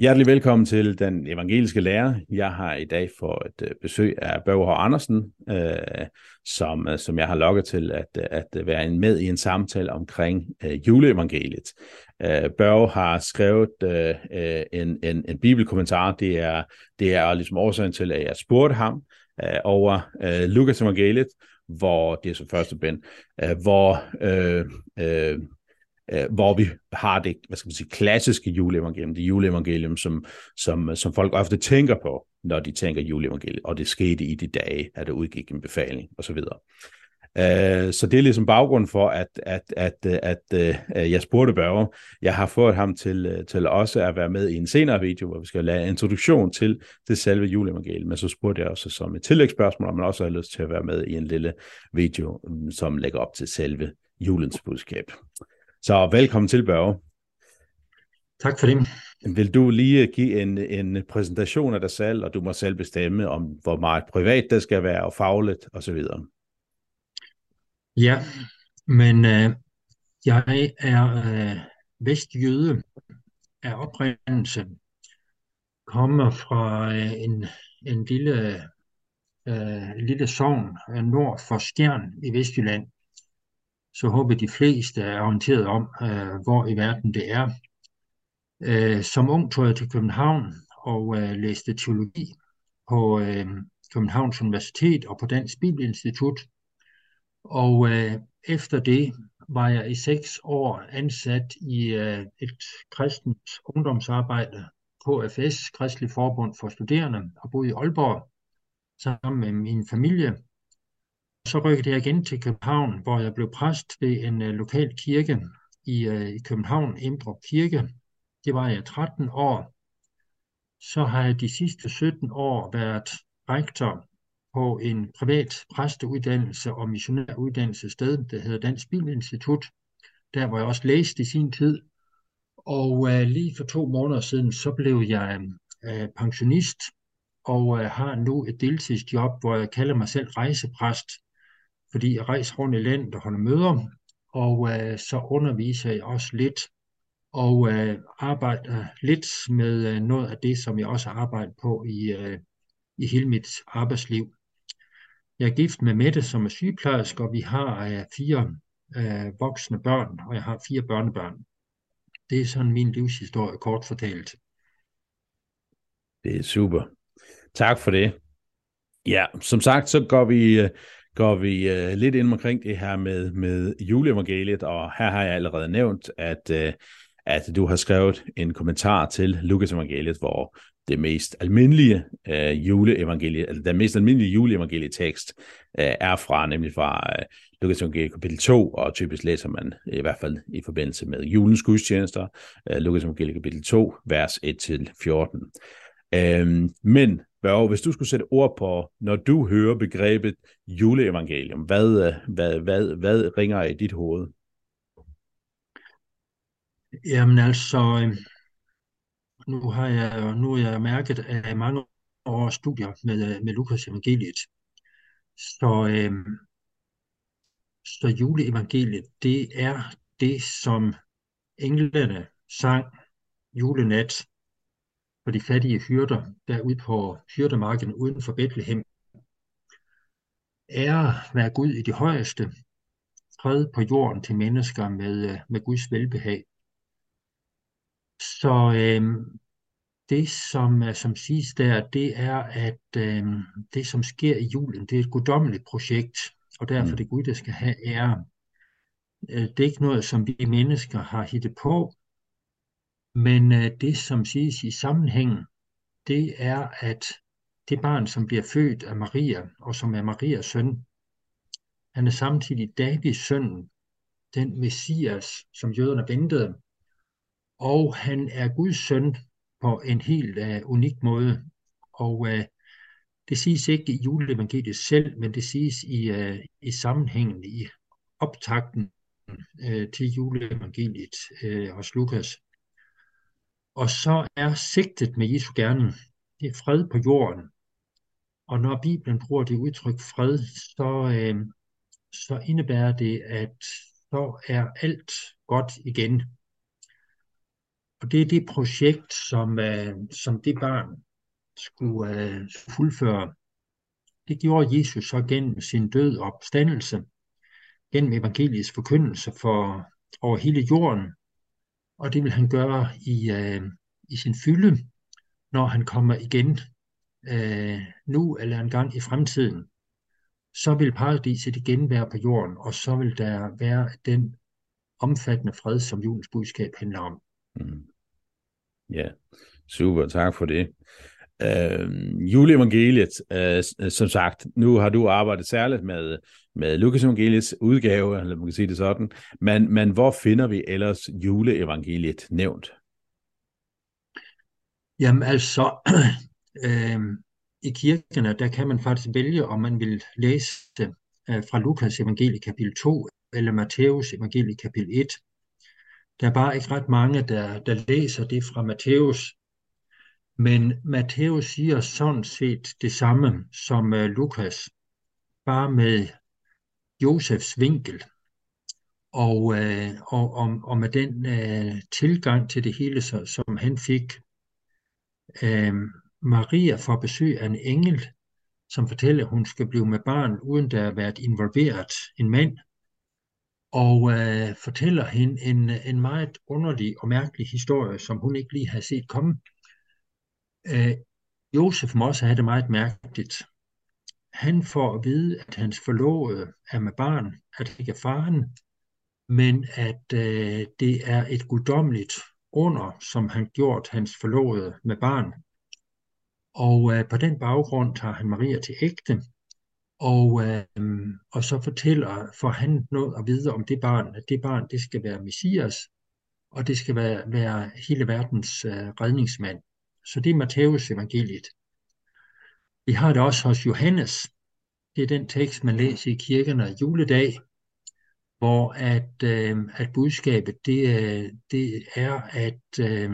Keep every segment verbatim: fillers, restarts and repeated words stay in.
Hjertelig velkommen til Den Evangeliske Lærer. Jeg har i dag fået et øh, besøg af Børge H. Andersen, øh, som, øh, som jeg har lokket til at, at være med i en samtale omkring øh, juleevangeliet. Øh, Børge har skrevet øh, en, en, en bibelkommentar. Det er, det er ligesom årsagen til, at jeg spurgte ham øh, over øh, Lukas evangeliet, hvor det er som første bind, øh, hvor øh, øh, hvor vi har det, hvad skal man sige, klassiske juleevangelium, det juleevangelium, som, som, som folk ofte tænker på, når de tænker juleevangeliet, og det skete i de dage, at der udgik en befaling, osv. Uh, så det er ligesom baggrund for, at, at, at, at uh, jeg spurgte Børge. Jeg har fået ham til, til også at være med i en senere video, hvor vi skal lave en introduktion til, til selve juleevangeliet, men så spurgte jeg også som et tillægsspørgsmål, om man også har lyst til at være med i en lille video, som lægger op til selve julens budskab. Så velkommen til, Børge. Tak for det. Vil du lige give en, en præsentation af dig selv, og du må selv bestemme, om hvor meget privat det skal være, og fagligt osv. Ja, men øh, jeg er øh, vestjyde af oprindelse, kommer fra øh, en, en lille, øh, lille sogn øh, nord for Skjern i Vestjylland. Så håber de fleste er orienteret om, øh, hvor i verden det er. Øh, som ung tog jeg til København og øh, læste teologi på øh, Københavns Universitet og på Dansk Bibelinstitut. Og øh, efter det var jeg i seks år ansat i øh, et kristent ungdomsarbejde, K F S, Kristelig Forbund for Studerende, og boede i Aalborg sammen med min familie. Så rykkede jeg igen til København, hvor jeg blev præst ved en øh, lokal kirke i, øh, i København, Emdrup Kirke. Det var jeg tretten år. Så har jeg de sidste sytten år været rektor på en privat præsteuddannelse og missionæruddannelsessted, der hedder Dansk Bibelinstitut, der hvor jeg også læste i sin tid. Og øh, lige for to måneder siden, så blev jeg øh, pensionist, og øh, har nu et deltidsjob, hvor jeg kalder mig selv rejsepræst, fordi jeg rejser rundt i landet og holder møder, og øh, så underviser jeg også lidt, og øh, arbejder lidt med øh, noget af det, som jeg også har arbejdet på i, øh, i hele mit arbejdsliv. Jeg er gift med Mette, som er sygeplejerske, og vi har øh, fire øh, voksne børn, og jeg har fire børnebørn. Det er sådan min livshistorie kort fortalt. Det er super. Tak for det. Ja, som sagt, så går vi, går vi uh, lidt ind omkring det her med, med juleevangeliet, og her har jeg allerede nævnt, at, uh, at du har skrevet en kommentar til Lukas evangeliet, hvor det mest almindelige uh, juleevangelie, eller den mest almindelige juleevangelietekst uh, er fra, nemlig fra uh, Lukas evangeliet kapitel to, og typisk læser man i hvert fald i forbindelse med julens gudstjenester, uh, Lukas evangeliet kapitel to, vers et til fjorten. Uh, men Børge, hvis du skulle sætte ord på, når du hører begrebet juleevangelium, hvad, hvad, hvad, hvad ringer i dit hoved? Jamen altså, nu har jeg nu er jeg mærket af mange års studier med, med Lukas evangeliet. Så, øh, så juleevangeliet, det er det, som englene sang julenat for de fattige hyrder derude på hyrdemarken uden for Bethlehem. Ære være Gud i det højeste, fred på jorden til mennesker med, med Guds velbehag. Så øh, det, som, som siges der, det er, at øh, det, som sker i julen, det er et guddommeligt projekt, og derfor er Mm. det Gud, der skal have ære. Øh, Det er ikke noget, som vi mennesker har hittet på, men øh, det, som siges i sammenhængen, det er, at det barn, som bliver født af Maria, og som er Marias søn, han er samtidig Davids søn, den Messias, som jøderne ventede, og han er Guds søn på en helt uh, unik måde. Og uh, det siges ikke i juleevangeliet selv, men det siges i, uh, i sammenhængen, i optakten uh, til juleevangeliet uh, hos Lukas. Og så er sigtet med Jesu gerning, det er fred på jorden. Og når Bibelen bruger det udtryk fred, så, uh, så indebærer det, at så er alt godt igen. Og det er det projekt, som, øh, som det barn skulle øh, fuldføre. Det gjorde Jesus så gennem sin død og opstandelse, gennem evangeliets forkyndelse for over hele jorden, og det vil han gøre i, øh, i sin fylde, når han kommer igen, øh, nu eller en gang i fremtiden. Så vil paradiset igen være på jorden, og så vil der være den omfattende fred, som julens budskab handler om. Mm. Ja, super, tak for det. Øh, juleevangeliet, øh, som sagt, nu har du arbejdet særligt med, med Lukas evangeliets udgave, eller man kan sige det sådan, men, men hvor finder vi ellers juleevangeliet nævnt? Jamen altså, øh, i kirkerne, der kan man faktisk vælge, om man vil læse øh, fra Lukas evangeliet kapitel to, eller Matthæus evangeliet kapitel et. Der er bare ikke ret mange, der, der læser det fra Matthæus. Men Matthæus siger sådan set det samme som uh, Lukas, bare med Josefs vinkel, og, uh, og, og, og med den uh, tilgang til det hele, så, som han fik. Uh, Maria får besøg af en engel, som fortæller, at hun skal blive med barn, uden der har været involveret en mand, og uh, fortæller hende en, en meget underlig og mærkelig historie, som hun ikke lige havde set komme. Uh, Josef må også have det meget mærkeligt. Han får at vide, at hans forlovede er med barn, at det ikke er faren, men at øh, det er et guddommeligt under, som han gjort hans forlovede med barn. Og øh, på den baggrund tager han Maria til ægte, og, øh, og så fortæller, får han noget at vide om det barn, at det barn, det skal være Messias, og det skal være, være hele verdens øh, redningsmand. Så det er Matthæus evangeliet. Vi har det også hos Johannes. Det er den tekst, man læser i kirkerne juledag, hvor at, øh, at budskabet det, det er, at, øh,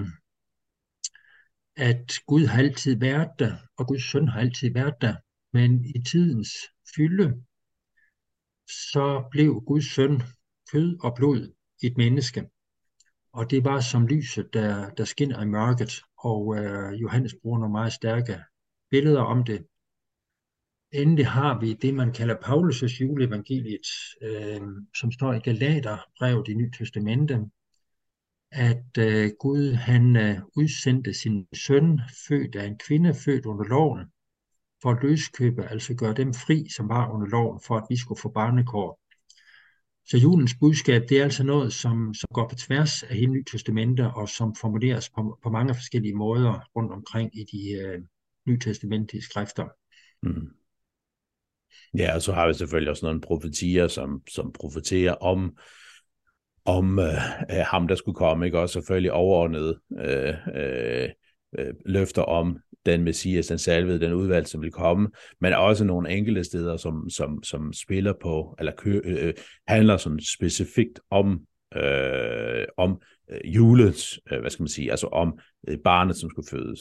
at Gud har altid været der, og Guds søn har altid været der, men i tidens fylde, så blev Guds søn kød og blod i et menneske, og det var som lyset, der, der skinner i mørket, og øh, Johannes bruger nogle meget stærke billeder om det. Endelig har vi det, man kalder Paulus' juleevangeliet, øh, som står i Galaterbrevet i Nyt Testamente, at øh, Gud han øh, udsendte sin søn, født af en kvinde, født under loven, for at løskøbe, altså gøre dem fri, som var under loven, for at vi skulle få barnekår. Så julens budskab, det er altså noget, som, som går på tværs af hele Nyt Testamente, og som formuleres på, på mange forskellige måder rundt omkring i de øh, nytestamentlige skrifter. Mm. Ja, og så har vi selvfølgelig også nogle profetier, som, som profeterer om, om øh, ham, der skulle komme, ikke? Og selvfølgelig overordnede øh, øh, løfter om den Messias, den salvede, den udvalgte, som vil komme, men også nogle enkelte steder, som, som, som spiller på, eller kø, øh, handler sådan specifikt om, øh, om øh, julets, øh, hvad skal man sige, altså om øh, barnet, som skulle fødes.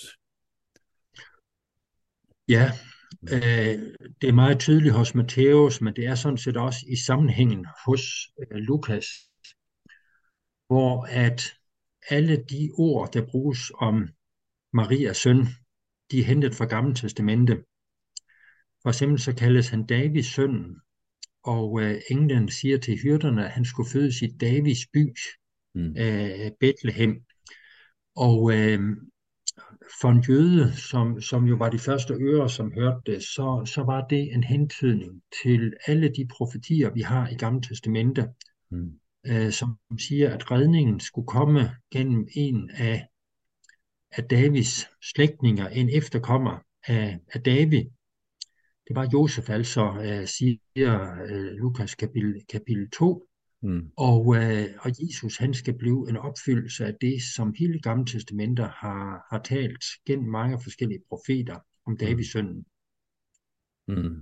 Ja, øh, det er meget tydeligt hos Matthæus, men det er sådan set også i sammenhængen hos øh, Lukas, hvor at alle de ord, der bruges om Marias søn, de er hentet fra Gamle Testamente. For eksempel så kaldes han Davids søn, og øh, englen siger til hyrderne, at han skulle fødes i Davids by, mm. øh, Bethlehem. Og øh, for en jøde, som, som jo var de første ører, som hørte det, så, så var det en hentydning til alle de profetier, vi har i Gamle Testamente, mm. øh, som siger, at redningen skulle komme gennem en af, af Davids slægtninger, en efterkommer af, af David. Det var Josef altså, øh, siger øh, Lukas kapitel, kapitel to. Mm. Og, øh, og Jesus, han skal blive en opfyldelse af det, som hele Gamle Testamenter har, har talt gennem mange forskellige profeter om Davids sønnen. Mm.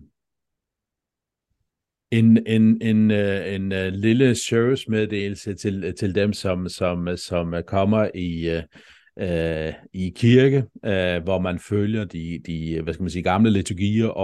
En, en, en, en, en lille servicemeddelelse til, til dem, som, som, som kommer i, uh, i kirke, uh, hvor man følger de, de hvad skal man sige, gamle liturgier og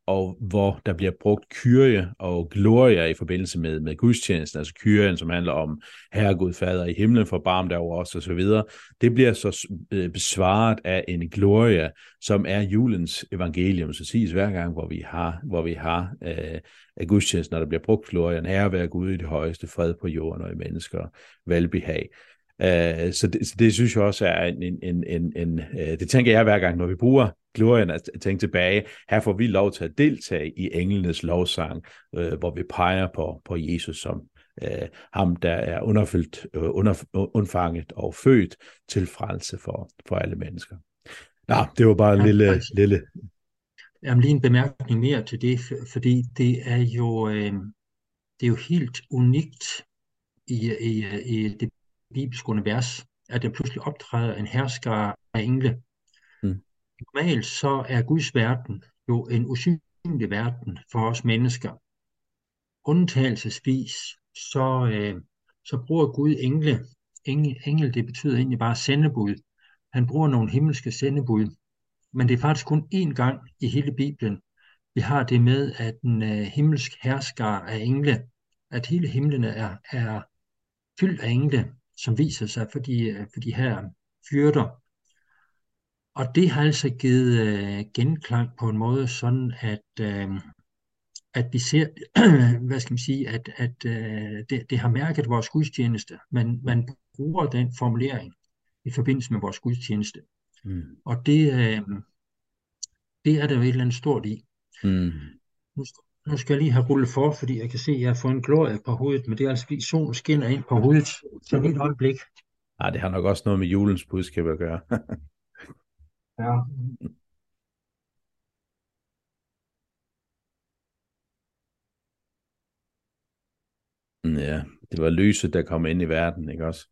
og hvor der bliver brugt kyrie og gloria i forbindelse med, med gudstjenesten, altså kyrien, som handler om Herre Gud Fader i himlen, forbarm dig over os, og så videre. Det bliver så øh, besvaret af en gloria, som er julens evangelium, så siges hver gang, hvor vi har, hvor vi har øh, gudstjenesten, når der bliver brugt glorien, Herre være Gud i det højeste, fred på jorden og i mennesker, velbehag. Uh, så, det, så det synes jeg også er en, en, en, en, en uh, det tænker jeg hver gang, når vi bruger glorien, at tænke tilbage, her får vi lov til at deltage i englenes lovsang, uh, hvor vi peger på, på Jesus som uh, ham, der er underfyldt, uh, under, undfanget og født til frelse for, for alle mennesker. Nå, det var bare en Ja, lille, altså, lille... Jamen, lige en bemærkning mere til det, fordi det er jo, øh, det er jo helt unikt i, i, i det bibelske univers, at der pludselig optræder en hersker af engle. Mm. Normalt så er Guds verden jo en usynlig verden for os mennesker. Undtagelsesvis så, øh, så bruger Gud engle. Engel, engel, det betyder egentlig bare sendebud. Han bruger nogle himmelske sendebud, men det er faktisk kun én gang i hele Bibelen, vi har det med, at en øh, himmelsk hersker af engle, at hele himlen er, er fyldt af engle, som viser sig for de, for de her fyrter. Og det har altså givet øh, genklang på en måde sådan, at, øh, at vi ser, hvad skal man sige, at, at øh, det, det har mærket vores gudstjeneste. Man, man bruger den formulering i forbindelse med vores gudstjeneste. Mm. Og det, øh, det er der jo et eller andet stort i. Mm. Nu, nu skal jeg lige have rullet for, fordi jeg kan se, at jeg har fået en glorie på hovedet, men det er altså fordi solen skinner ind på hovedet. Så lige et øjeblik. Ah, det har nok også noget med julens budskab at gøre. Ja. Ja, det var lyset, der kom ind i verden, ikke også?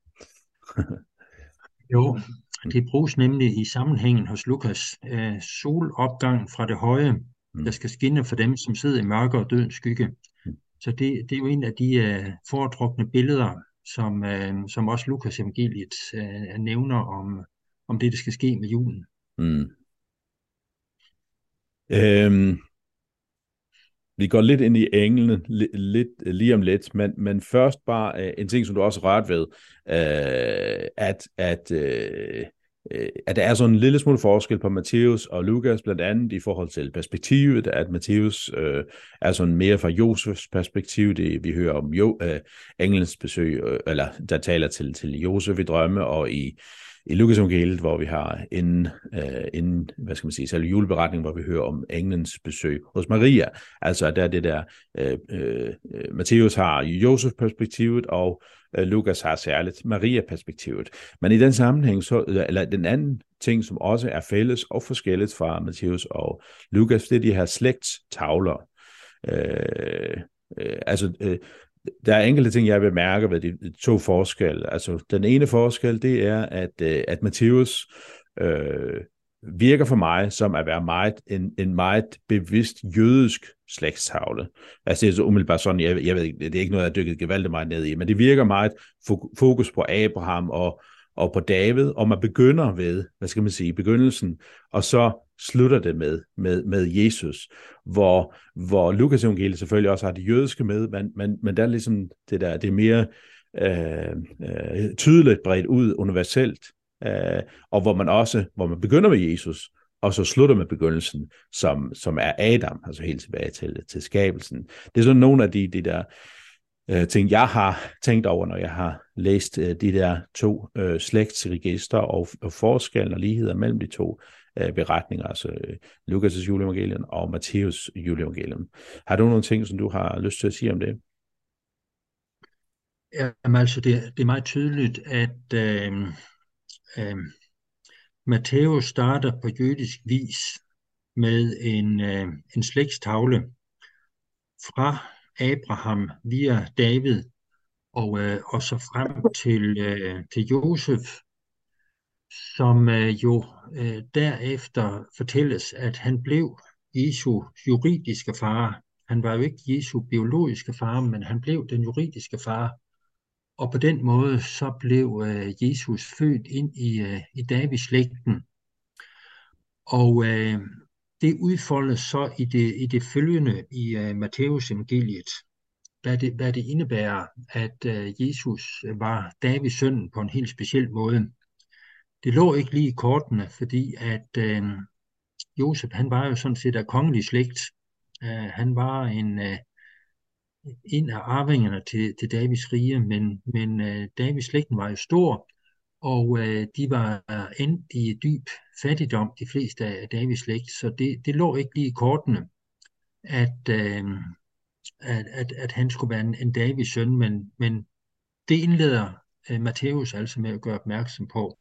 Jo, det bruges nemlig i sammenhængen hos Lukas. Øh, solopgangen fra det høje, Mm. der skal skinne for dem, som sidder i mørke og dødens skygge. Mm. Så det, det er jo en af de øh, foretrukne billeder, som, øh, som også Lukas evangeliet øh, nævner om, om det, der skal ske med julen. Mm. Øhm, vi går lidt ind i englene li, lidt, lige om lidt, men, men først bare øh, en ting, som du også rørt ved, øh, at, at, øh, at der er sådan en lille smule forskel på Matthæus og Lukas, blandt andet i forhold til perspektivet, at Matthæus øh, er sådan mere fra Josefs perspektiv, det vi hører om jo, øh, englens besøg, øh, eller der taler til, til Josef i drømme, og i I Lukas evangeliet, hvor vi har en, øh, en, hvad skal man sige, selv juleberetning, hvor vi hører om englens besøg hos Maria. Altså der er det der, øh, øh, Matthæus har Josef-perspektivet, og øh, Lukas har særligt Maria-perspektivet. Men i den sammenhæng, så, eller den anden ting, som også er fælles og forskelligt fra Matthæus og Lukas, det er de her slægtstavler. Øh, øh, altså, øh, der er enkelte ting, jeg vil mærke ved de to forskelle. Altså, den ene forskel, det er, at, at Matthæus øh, virker for mig som at være meget, en, en meget bevidst jødisk slægtstavle. Altså, det er så umiddelbart sådan, jeg, jeg ved ikke, det er ikke noget, jeg har dykket gevaldigt meget ned i, men det virker meget fokus på Abraham og, og på David, og man begynder ved, hvad skal man sige, begyndelsen, og så slutter det med, med, med Jesus, hvor, hvor Lukas evangeliet selvfølgelig også har det jødiske med, men, men, men der er ligesom det der, det er mere øh, øh, tydeligt bredt ud universelt, øh, og hvor man også, hvor man begynder med Jesus, og så slutter med begyndelsen, som, som er Adam, altså helt tilbage til, til skabelsen. Det er sådan nogle af de, de der øh, ting, jeg har tænkt over, når jeg har læst øh, de der to øh, slægtsregister og, og forskellen og ligheder mellem de to øh, beretninger, altså øh, Lukas' juleevangelium og Matthæus' juleevangelium. Har du nogle ting, som du har lyst til at sige om det? Jamen altså, det, det er meget tydeligt, at øh, øh, Matthæus starter på jødisk vis med en, øh, en slægtstavle fra Abraham via David og, øh, og så frem til, øh, til Josef, som øh, jo øh, derefter fortælles, at han blev Jesu juridiske far. Han var jo ikke Jesu biologiske far, men han blev den juridiske far. Og på den måde så blev øh, Jesus født ind i, øh, i Davids slægten. Og øh, det udfoldes så i det, i det følgende i uh, Matteus evangeliet, hvad det, hvad det indebærer, at uh, Jesus var Davids søn på en helt speciel måde. Det lå ikke lige i kortene, fordi at uh, Josef, han var jo sådan set af kongelig slægt. Uh, han var en, uh, en af arvingerne til, til Davids rige, men, men uh, Davids slægten var jo stor, og uh, de var endt i dyb fattigdom, de fleste af Davids slægt, så det, det lå ikke lige i kortene, at, uh, at, at, at han skulle være en, en Davids søn, men, men det indleder uh, Matthæus altså med at gøre opmærksom på.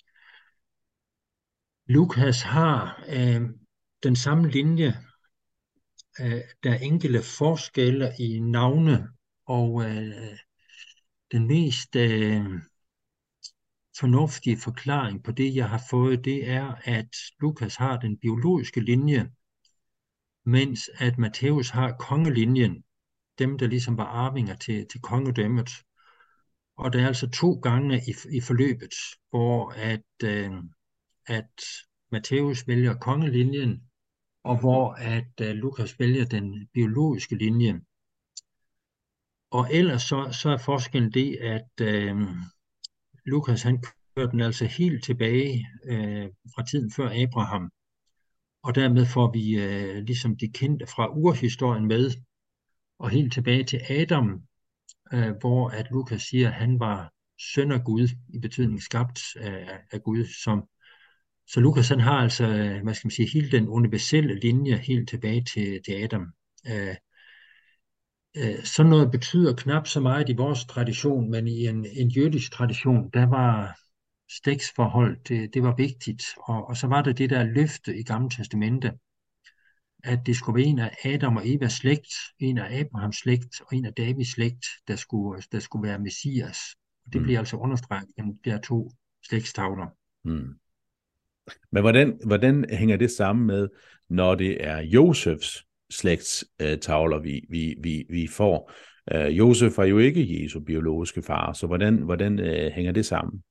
Lukas har uh, den samme linje. Uh, der er enkelte forskelle i navne, og uh, den mest uh, fornuftige forklaring på det, jeg har fået, det er, at Lukas har den biologiske linje, mens at Matthæus har kongelinjen, dem der ligesom var arvinger til, til kongedømmet. Og der er altså to gange i, i forløbet, hvor at, uh, at Matthæus vælger kongelinjen, og hvor at uh, Lukas vælger den biologiske linje. Og ellers så, så er forskellen det, at uh, Lukas han kører den altså helt tilbage uh, fra tiden før Abraham. Og dermed får vi uh, ligesom de kendte fra urhistorien med, og helt tilbage til Adam, uh, hvor at Lukas siger, at han var søn af Gud, i betydning skabt af, af Gud. Som, så Lukas han har altså, hvad skal man sige, hele den universelle linje helt tilbage til, til Adam. Uh, uh, sådan noget betyder knap så meget i vores tradition, men i en, en jødisk tradition, der var slægtsforhold, det, det var vigtigt. Og, og så var der det der løfte i Gamle Testamente, at det skulle være en af Adam og Evas slægt, en af Abrahams slægt og en af Davids slægt, der skulle, der skulle være Messias. Og det Mm. bliver altså understreget gennem de her to slægtstavler. Mm. Men hvordan, hvordan hænger det sammen med, når det er Josefs slægtstavler, vi, vi, vi, vi får? Uh, Josef var jo ikke Jesu biologiske far, så hvordan, hvordan uh, hænger det sammen?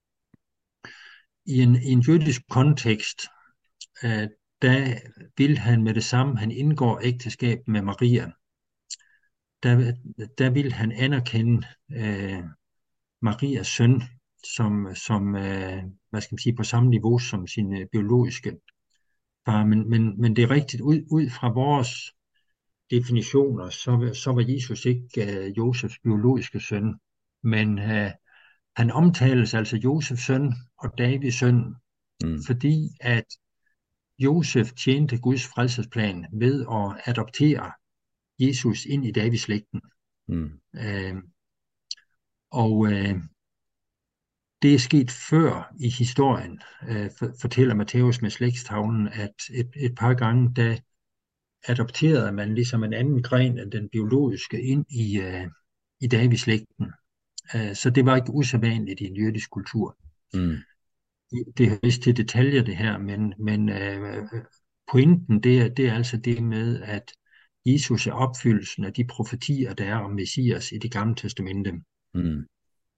I en, i en jødisk kontekst, uh, der vil han med det samme, han indgår ægteskab med Maria, der, der vil han anerkende uh, Marias søn som, som uh, hvad skal man sige, på samme niveau som sin uh, biologiske far. Men, men, men det er rigtigt, ud, ud fra vores definitioner, så, så var Jesus ikke uh, Josefs biologiske søn, men uh, han omtales altså Josefs søn og Davids søn, mm. fordi at Josef tjente Guds frelsesplan ved at adoptere Jesus ind i Davids slægten. Mm. Uh, og uh, det er sket før i historien, uh, for, fortæller Matthæus med slægtstavlen, at et, et par gange, der adopterede man ligesom en anden gren end den biologiske ind i, uh, i Davids slægten. Uh, så det var ikke usædvanligt i en jødisk kultur. Mm. Det er vist til detaljer det her, men, men uh, pointen det er, det er altså det med, at Jesus er opfyldelsen af de profetier, der er om Messias i Det Gamle Testamente. Mm.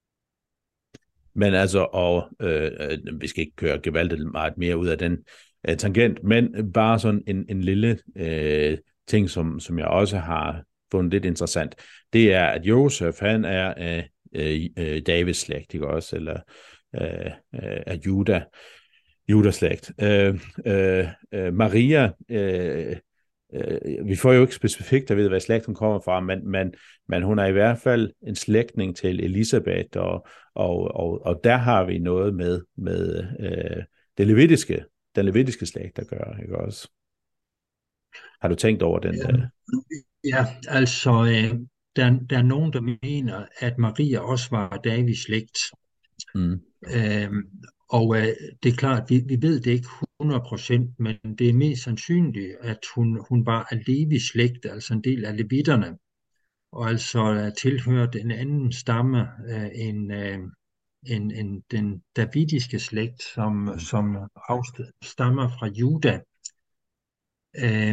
Men altså, og øh, vi skal ikke køre gevaldigt meget mere ud af den øh, tangent, men bare sådan en, en lille øh, ting, som, som jeg også har fundet lidt interessant, det er, at Josef, han er øh, øh, Davids slægt, ikke også, eller øh, øh, af Juda, Judas slægt. Øh, øh, øh, Maria, øh, øh, vi får jo ikke specifikt at vide, hvad slægten kommer fra, men, men, men hun er i hvert fald en slægtning til Elisabeth, og, og, og, og der har vi noget med, med øh, det levitiske, den levitiske slægt, der gør, ikke også? Har du tænkt over den ja, der? Ja, altså, øh, der, der er nogen, der mener, at Maria også var Davids slægt. Mm. Øh, og øh, det er klart, vi, vi ved det ikke hundrede procent, men det er mest sandsynligt, at hun, hun var af Levis slægt, altså en del af levitterne, og altså tilhørte en anden stamme øh, end, øh, end, end den davidiske slægt, som, mm. som afstammer fra Juda. Øh,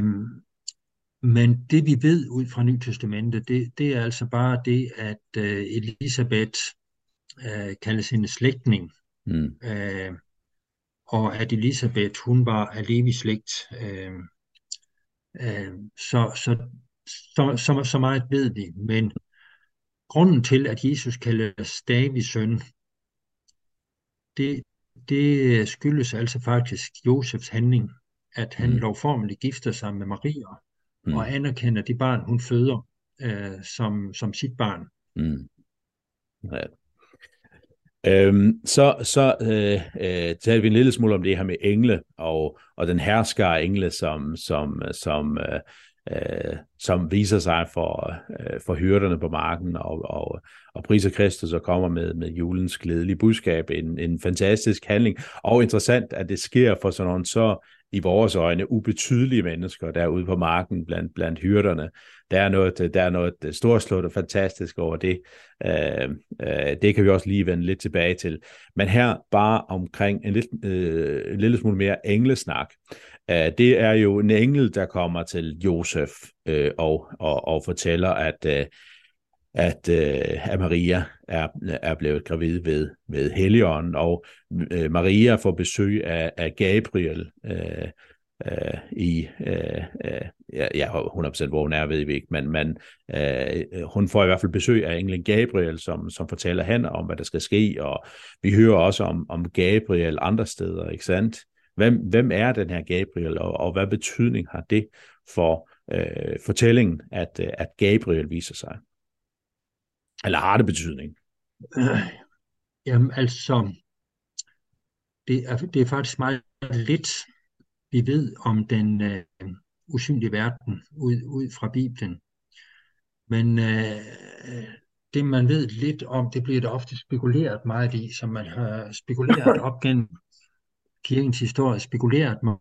Men det vi ved ud fra Nye Testamentet, det, det er altså bare det, at uh, Elisabeth uh, kaldes hendes slægtning, mm. uh, og at Elisabeth, hun var af Levis slægt. Uh, Øh, så, så, så, så, så meget ved vi. Men grunden til, at Jesus kaldes Davids søn, det, det skyldes altså faktisk Josefs handling, at han Mm. lovformeligt gifter sig med Maria og Mm. anerkender det barn, hun føder, øh, som, som sit barn. Mm. Ja. Øhm, så så øh, øh, talte vi en lille smule om det her med engle og, og den hersker af engle, som, som, som, øh, øh, som viser sig for, øh, for hyrderne på marken og, og, og priser Kristus og kommer med, med julens glædelige budskab. En, en fantastisk handling, og interessant, at det sker for sådan nogle så i vores øjne ubetydelige mennesker derude på marken blandt, blandt hyrderne. Der er noget, der er noget storslået og fantastisk over det. Øh, øh, det kan vi også lige vende lidt tilbage til. Men her bare omkring en, lidt, øh, en lille smule mere englesnak. Øh, det er jo en engel, der kommer til Josef øh, og, og, og fortæller, at, øh, at, øh, at Maria er, er blevet gravid ved, ved Helligånden, og øh, Maria får besøg af, af Gabriel, øh, øh, i, øh, øh, ja, ja, hundrede procent hvor hun er, ved vi ikke, men, men øh, hun får i hvert fald besøg af englen Gabriel, som, som fortæller hende om, hvad der skal ske, og vi hører også om, om Gabriel andre steder, ikke sandt? Hvem, hvem er den her Gabriel, og, og hvad betydning har det for øh, fortællingen, at, at Gabriel viser sig? Eller har det betydning? Øh, jamen altså, det er, det er faktisk meget lidt, vi ved om den øh, usynlige verden ud, ud fra Bibelen. Men øh, det, man ved lidt om, det bliver der ofte spekuleret meget i, som man har spekuleret op gennem kirkens historie, spekuleret meget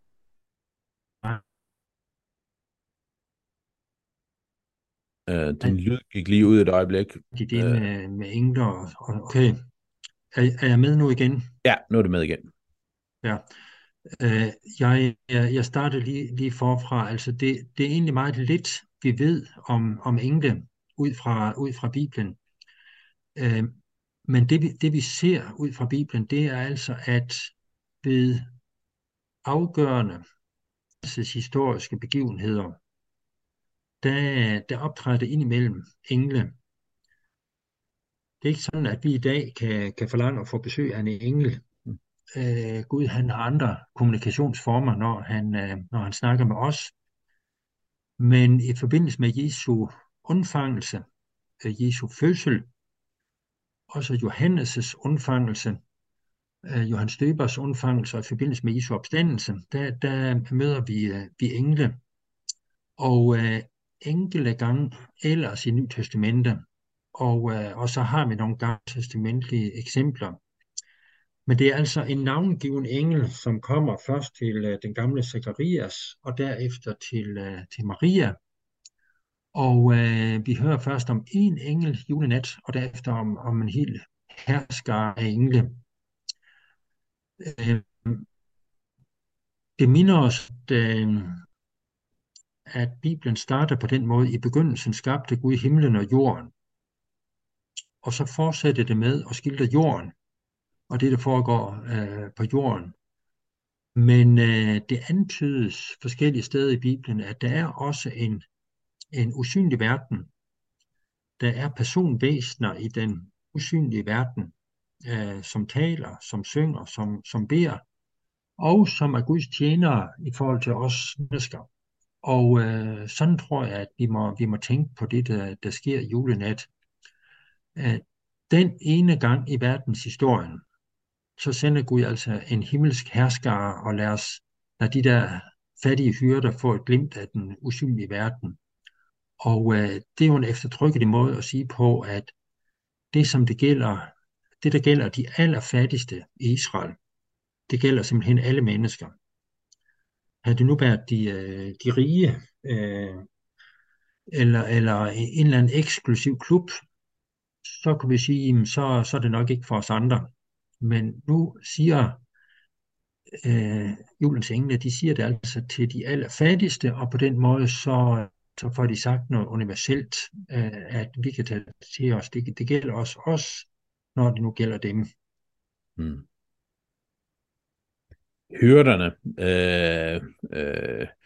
Øh, din lyd gik lige ud et øjeblik. i det Øh, med, med engler. Og, og, okay, er, er jeg med nu igen? ja, nu er du med igen. Ja. Øh, jeg, jeg startede lige, lige forfra. Altså det, det er egentlig meget lidt, vi ved om, om engle ud fra, ud fra Bibelen. Øh, men det vi, det vi ser ud fra Bibelen, det er altså, at ved afgørende historiske begivenheder, der, der optræder det indimellem engle. Det er ikke sådan, at vi i dag kan, kan forlange at få besøg af en engel. Øh, Gud han har andre kommunikationsformer, når han, øh, når han snakker med os. Men i forbindelse med Jesu undfangelse, øh, Jesu fødsel, også Johannes' undfangelse, øh, Johannes Døbers undfangelse, og i forbindelse med Jesu opstandelse, der, der møder vi, øh, vi engle. Og øh, enkelte gange ellers i Nye Testamente, og, øh, og så har vi nogle gamle testamentlige eksempler. Men det er altså en navngiven engel, som kommer først til øh, den gamle Zakarias, og derefter til, øh, til Maria. Og øh, vi hører først om en engel julenat, og derefter om, om en hel herskare af engle. Øh, det minder os, at, øh, at Bibelen starter på den måde: i begyndelsen skabte Gud himlen og jorden. Og så fortsætter det med at skildre jorden, og det, der foregår øh, på jorden. Men øh, det antydes forskellige steder i Bibelen, at der er også en, en usynlig verden. Der er personvæsener i den usynlige verden, øh, som taler, som synger, som, som beder, og som er Guds tjenere i forhold til os mennesker. Og øh, sådan tror jeg, at vi må, vi må tænke på det, der, der sker i julenat. At den ene gang i verdenshistorien, så sender Gud altså en himmelsk herskare og lader os, lad de der fattige hyrder få et glimt af den usynlige verden. Og øh, det er jo en eftertrykkelig måde at sige på, at det, som det gælder, det der gælder de allerfattigste i Israel, det gælder simpelthen alle mennesker. Havde det nu været de, øh, de rige, øh, eller, eller en eller anden eksklusiv klub, så kunne vi sige, jamen, så, så er det nok ikke for os andre. Men nu siger øh, julens engle, de siger det altså til de allerfattigste, og på den måde så, så får de sagt noget universelt, øh, at vi kan tage det til os. Det, det gælder også os, når det nu gælder dem. Hmm. Hyrderne, øh, øh,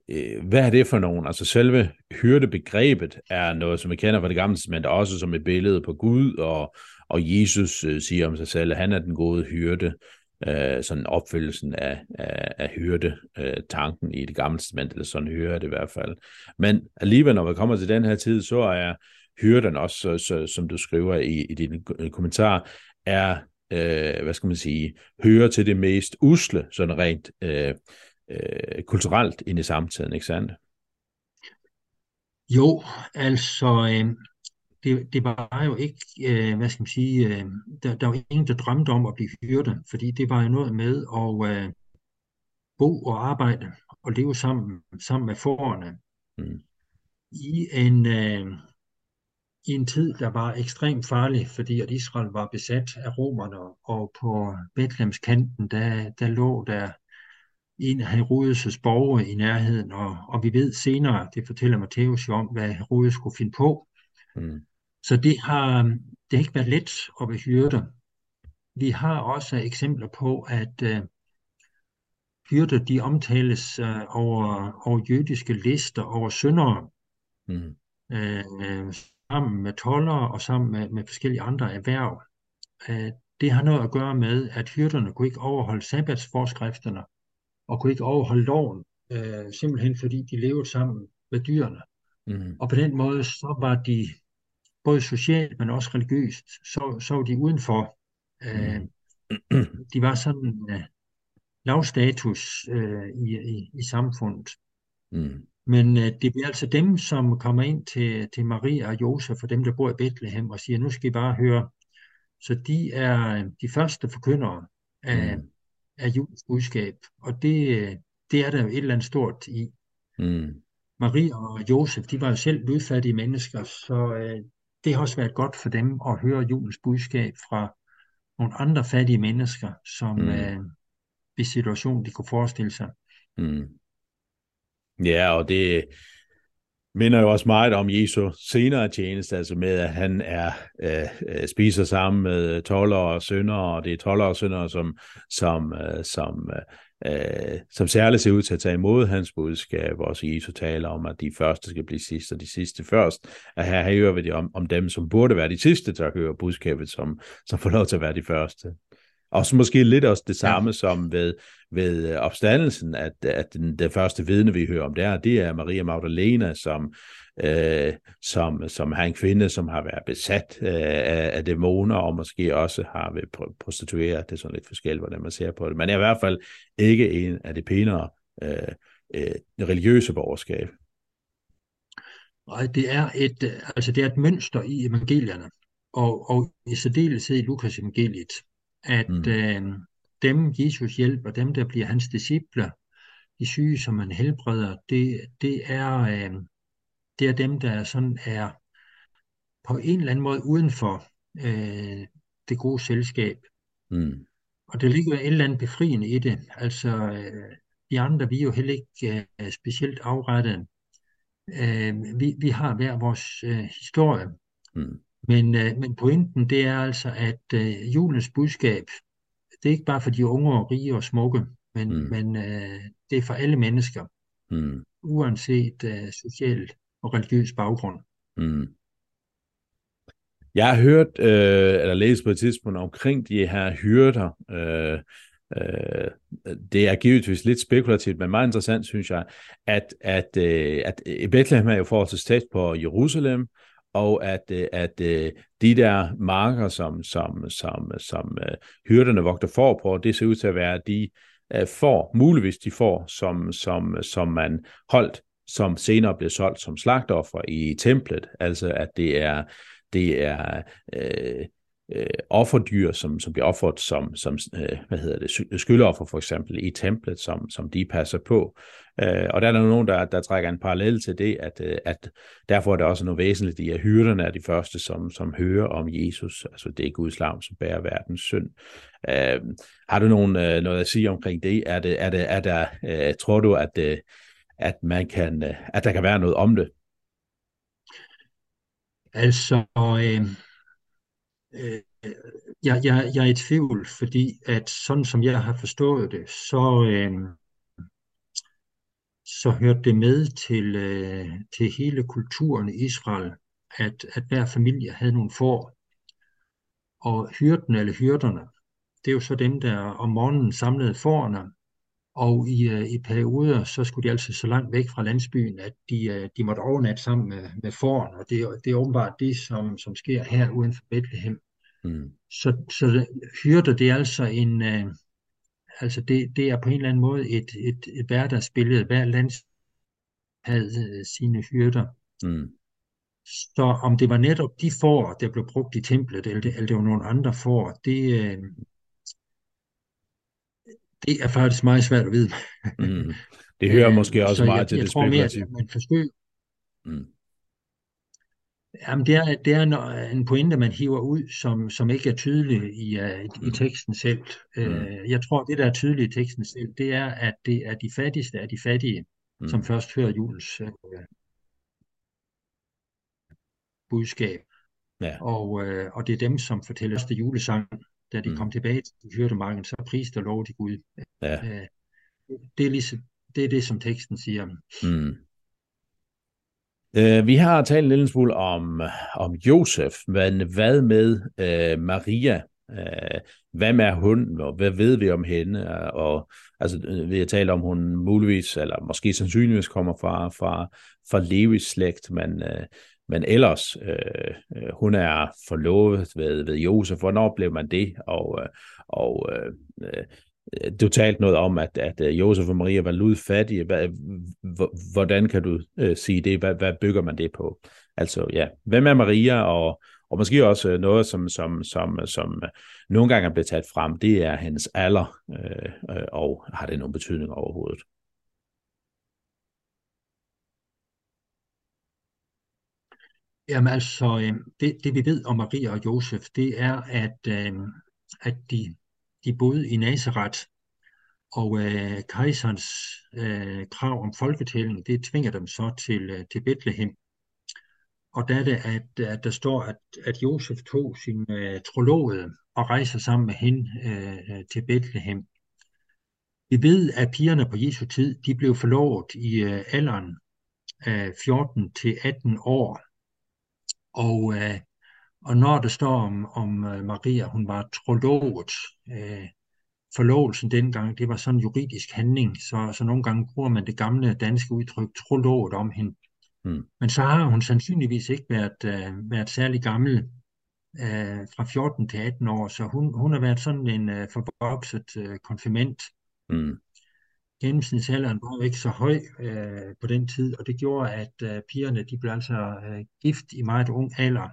øh, hvad er det for nogen? Altså selve hyrdebegrebet er noget, som vi kender fra Det Gamle Testamente, også som et billede på Gud, og, og Jesus øh, siger om sig selv, at han er den gode hyrde, øh, sådan opfyldelsen af, af, af hyrde, øh, tanken i Det Gamle Testamente, eller sådan hører det i hvert fald. Men alligevel, når vi kommer til den her tid, så er hyrden også, så, så, som du skriver i, i dine kommentar, er, øh, hvad skal man sige, hører til det mest usle, sådan rent øh, øh, kulturelt ind i samtiden, ikke sandt? Jo, altså, øh, det, det var jo ikke, øh, hvad skal man sige, øh, der, der var ingen, der drømte om at blive hyrde, fordi det var jo noget med at øh, bo og arbejde og leve sammen, sammen med fårene Mm, i en, øh, i en tid, der var ekstremt farlig, fordi at Israel var besat af romerne, og på Betlehemskanten, der, der lå der en af Herodes' borgere i nærheden, og, og vi ved senere, det fortæller Matthæus jo om, hvad Herodes skulle finde på. mm, Så det har, det har ikke været let at være hyrde. Vi har også eksempler på, at uh, hyrder de omtales uh, over, over jødiske lister over syndere, mm, uh, sammen med toldere og sammen med, med forskellige andre erhverv. Uh, det har noget at gøre med, at hyrderne kunne ikke overholde sabbatsforskrifterne, og kunne ikke overholde loven, uh, simpelthen fordi de levede sammen med dyrene. mm, Og på den måde, så var de både socialt, men også religiøst, så, så var de udenfor. Uh, mm, de var sådan uh, lavstatus uh, i, i, i samfundet. mm, Men uh, det bliver altså dem, som kommer ind til, til Maria og Josef og dem, der bor i Bethlehem og siger, nu skal I bare høre. Så de er de første forkyndere af, mm, af julens budskab, og det, det er der jo et eller andet stort i. mm, Maria og Josef, de var jo selv ludfattige mennesker, så øh, det har også været godt for dem at høre julens budskab fra nogle andre fattige mennesker, som mm, øh, i situation, de kunne forestille sig. mm. Ja, og det minder jo også meget om Jesu senere tjeneste, altså med, at han er øh, øh, spiser sammen med toldere og syndere, og det er toldere og syndere, som, som, øh, som, øh, som særligt ser ud til at tage imod hans budskab. Også Jesu taler om, at de første skal blive sidste, og de sidste først. Og her, her hører vi det om, om dem, som burde være de sidste, der hører budskabet, som, som får lov til at være de første. Og så måske lidt også det Ja, samme som ved, ved opstandelsen, at, at den, det første vidne, vi hører om der, det er Maria Magdalena, som, øh, som, som har en kvinde, som har været besat øh, af, af dæmoner, og måske også har været prostitueret. Det er sådan lidt forskelligt, hvordan man ser på det. Men er i hvert fald ikke en af de pænere øh, øh, religiøse borgerskab. og det er et, øh, altså det er et mønster i evangelierne, og, og i særdeleshed i Lukas evangeliet, at Mm, øh, dem Jesus hjælper, dem der bliver hans disciple, de syge, som han helbreder, det, det er, øh, det er dem, der sådan er på en eller anden måde uden for øh, det gode selskab. mm, Og der ligger et eller andet befriende i det. Altså, øh, de andre, vi er jo heller ikke øh, specielt afrettet. Øh, vi, vi har hver vores øh, historie. mm, Men, øh, men pointen, det er altså, at øh, julens budskab, det er ikke bare for de unge og rige og smukke, men, mm, men øh, det er for alle mennesker, mm, uanset øh, social og religiøs baggrund. mm. Jeg har hørt, øh, eller læst på et tidspunkt omkring de her hyrder. Øh, øh, det er givetvis lidt spekulativt, men meget interessant, synes jeg, at, at, øh, at Bethlehem er jo forholdsvis tæt på Jerusalem, og at, øh, at øh, de der marker, som, som, som, som øh, hyrderne vogter får på, det ser ud til at være de øh, får, muligvis de får, som, som, som man holdt, som senere blev solgt som slagtoffer i templet. Altså at det er det er øh, øh, offerdyr, som, som bliver offeret som, som øh, hvad hedder det, skyldoffer for eksempel i templet, som, som de passer på. Øh, og der er der nogen, der, der trækker en parallel til det, at, øh, at derfor er det også noget væsentligt i, at hyrderne er de første, som, som hører om Jesus. Altså det er Guds lam, som bærer verdens synd. Øh, har du nogen, øh, noget at sige omkring det? Er det, er det, er der, øh, tror du, at, øh, at, man kan, øh, at der kan være noget om det? Altså, øh, øh, jeg, jeg, jeg er i tvivl, fordi at sådan som jeg har forstået det, så, øh, så hørte det med til, øh, til hele kulturen i Israel, at, at hver familie havde nogle får. Og hyrden eller hyrderne, det er jo så dem, der om morgenen samlede fårene, og i, øh, i perioder, så skulle de altså så langt væk fra landsbyen, at de, øh, de måtte overnatte sammen med, med fårene, og det, er- det er åbenbart det, som, som sker her uden for Bethlehem. Mm. Så, så det- hyrder, det er altså en, øh, altså det, det er på en eller anden måde et, et, et hverdagsbillede. Hver land havde øh, sine hyrder. Mm. Så om det var netop de får, der blev brugt i templet, eller det, eller det var nogle andre får, det, øh, det er faktisk meget svært at vide. Mm. Det hører Øh, måske også så jeg, meget til jeg det tror mere, at spekulative. man forsøger. Mm. Jamen, det er, det er en, en pointe, man hiver ud, som, som ikke er tydelig i, uh, i Mm. teksten selv. Mm. Uh, jeg tror, det, der er tydeligt i teksten selv, det er, at det er de fattigste af de fattige, som Mm. først hører julens uh, budskab. Ja. Og, uh, og det er dem, som fortæller os det julesang, da de kom Mm. tilbage til hyrdemarken, så priste og lovede de Gud. Ja. Uh, det, er ligesom, det er det, som teksten siger. Mm. Uh, vi har talt en lille smule om, om Josef, men hvad med uh, Maria? Uh, hvad med hun, og hvad ved vi om hende? Uh, og altså, uh, vi har talt om, hun muligvis, eller måske sandsynligvis kommer fra, fra, fra Levis slægt, men, uh, men ellers, uh, uh, hun er forlovet ved, ved Josef. Hvornår blev man det? Og, uh, og uh, uh, du talte noget om, at, at Josef og Maria var ludfattige. Hvordan kan du uh, sige det? Hvad, hvad bygger man det på? Altså, ja, hvem er Maria? Og, og måske også noget, som, som, som, som nogle gange er blevet taget frem, det er hendes alder, øh, øh, og har det nogen betydning overhovedet? Jamen altså, øh, det, det vi ved om Maria og Josef, det er, at, øh, at de, de boede i Nazaret, og øh, kejserens øh, krav om folketælling, det tvinger dem så til, øh, til Bethlehem. Og der er det, at, at der står, at, at Josef tog sin øh, trologede og rejser sammen med hende øh, til Bethlehem. Vi ved, at pigerne på Jesu tid, de blev forlovet i øh, alderen af fjorten til atten år. Og, øh, og når der står om, om øh, Maria, hun var trolovet, øh, forlovelsen dengang, det var sådan en juridisk handling, så, så nogle gange bruger man det gamle danske udtryk trolovet om hende. Mm. Men så har hun sandsynligvis ikke været, øh, været særlig gammel, øh, fra fjorten til atten år, så hun, hun har været sådan en øh, forvokset øh, konfirmand. Mm. Gennemsnitsalderen var jo ikke så høj øh, på den tid, og det gjorde, at øh, pigerne de blev altså øh, gift i meget ung alder.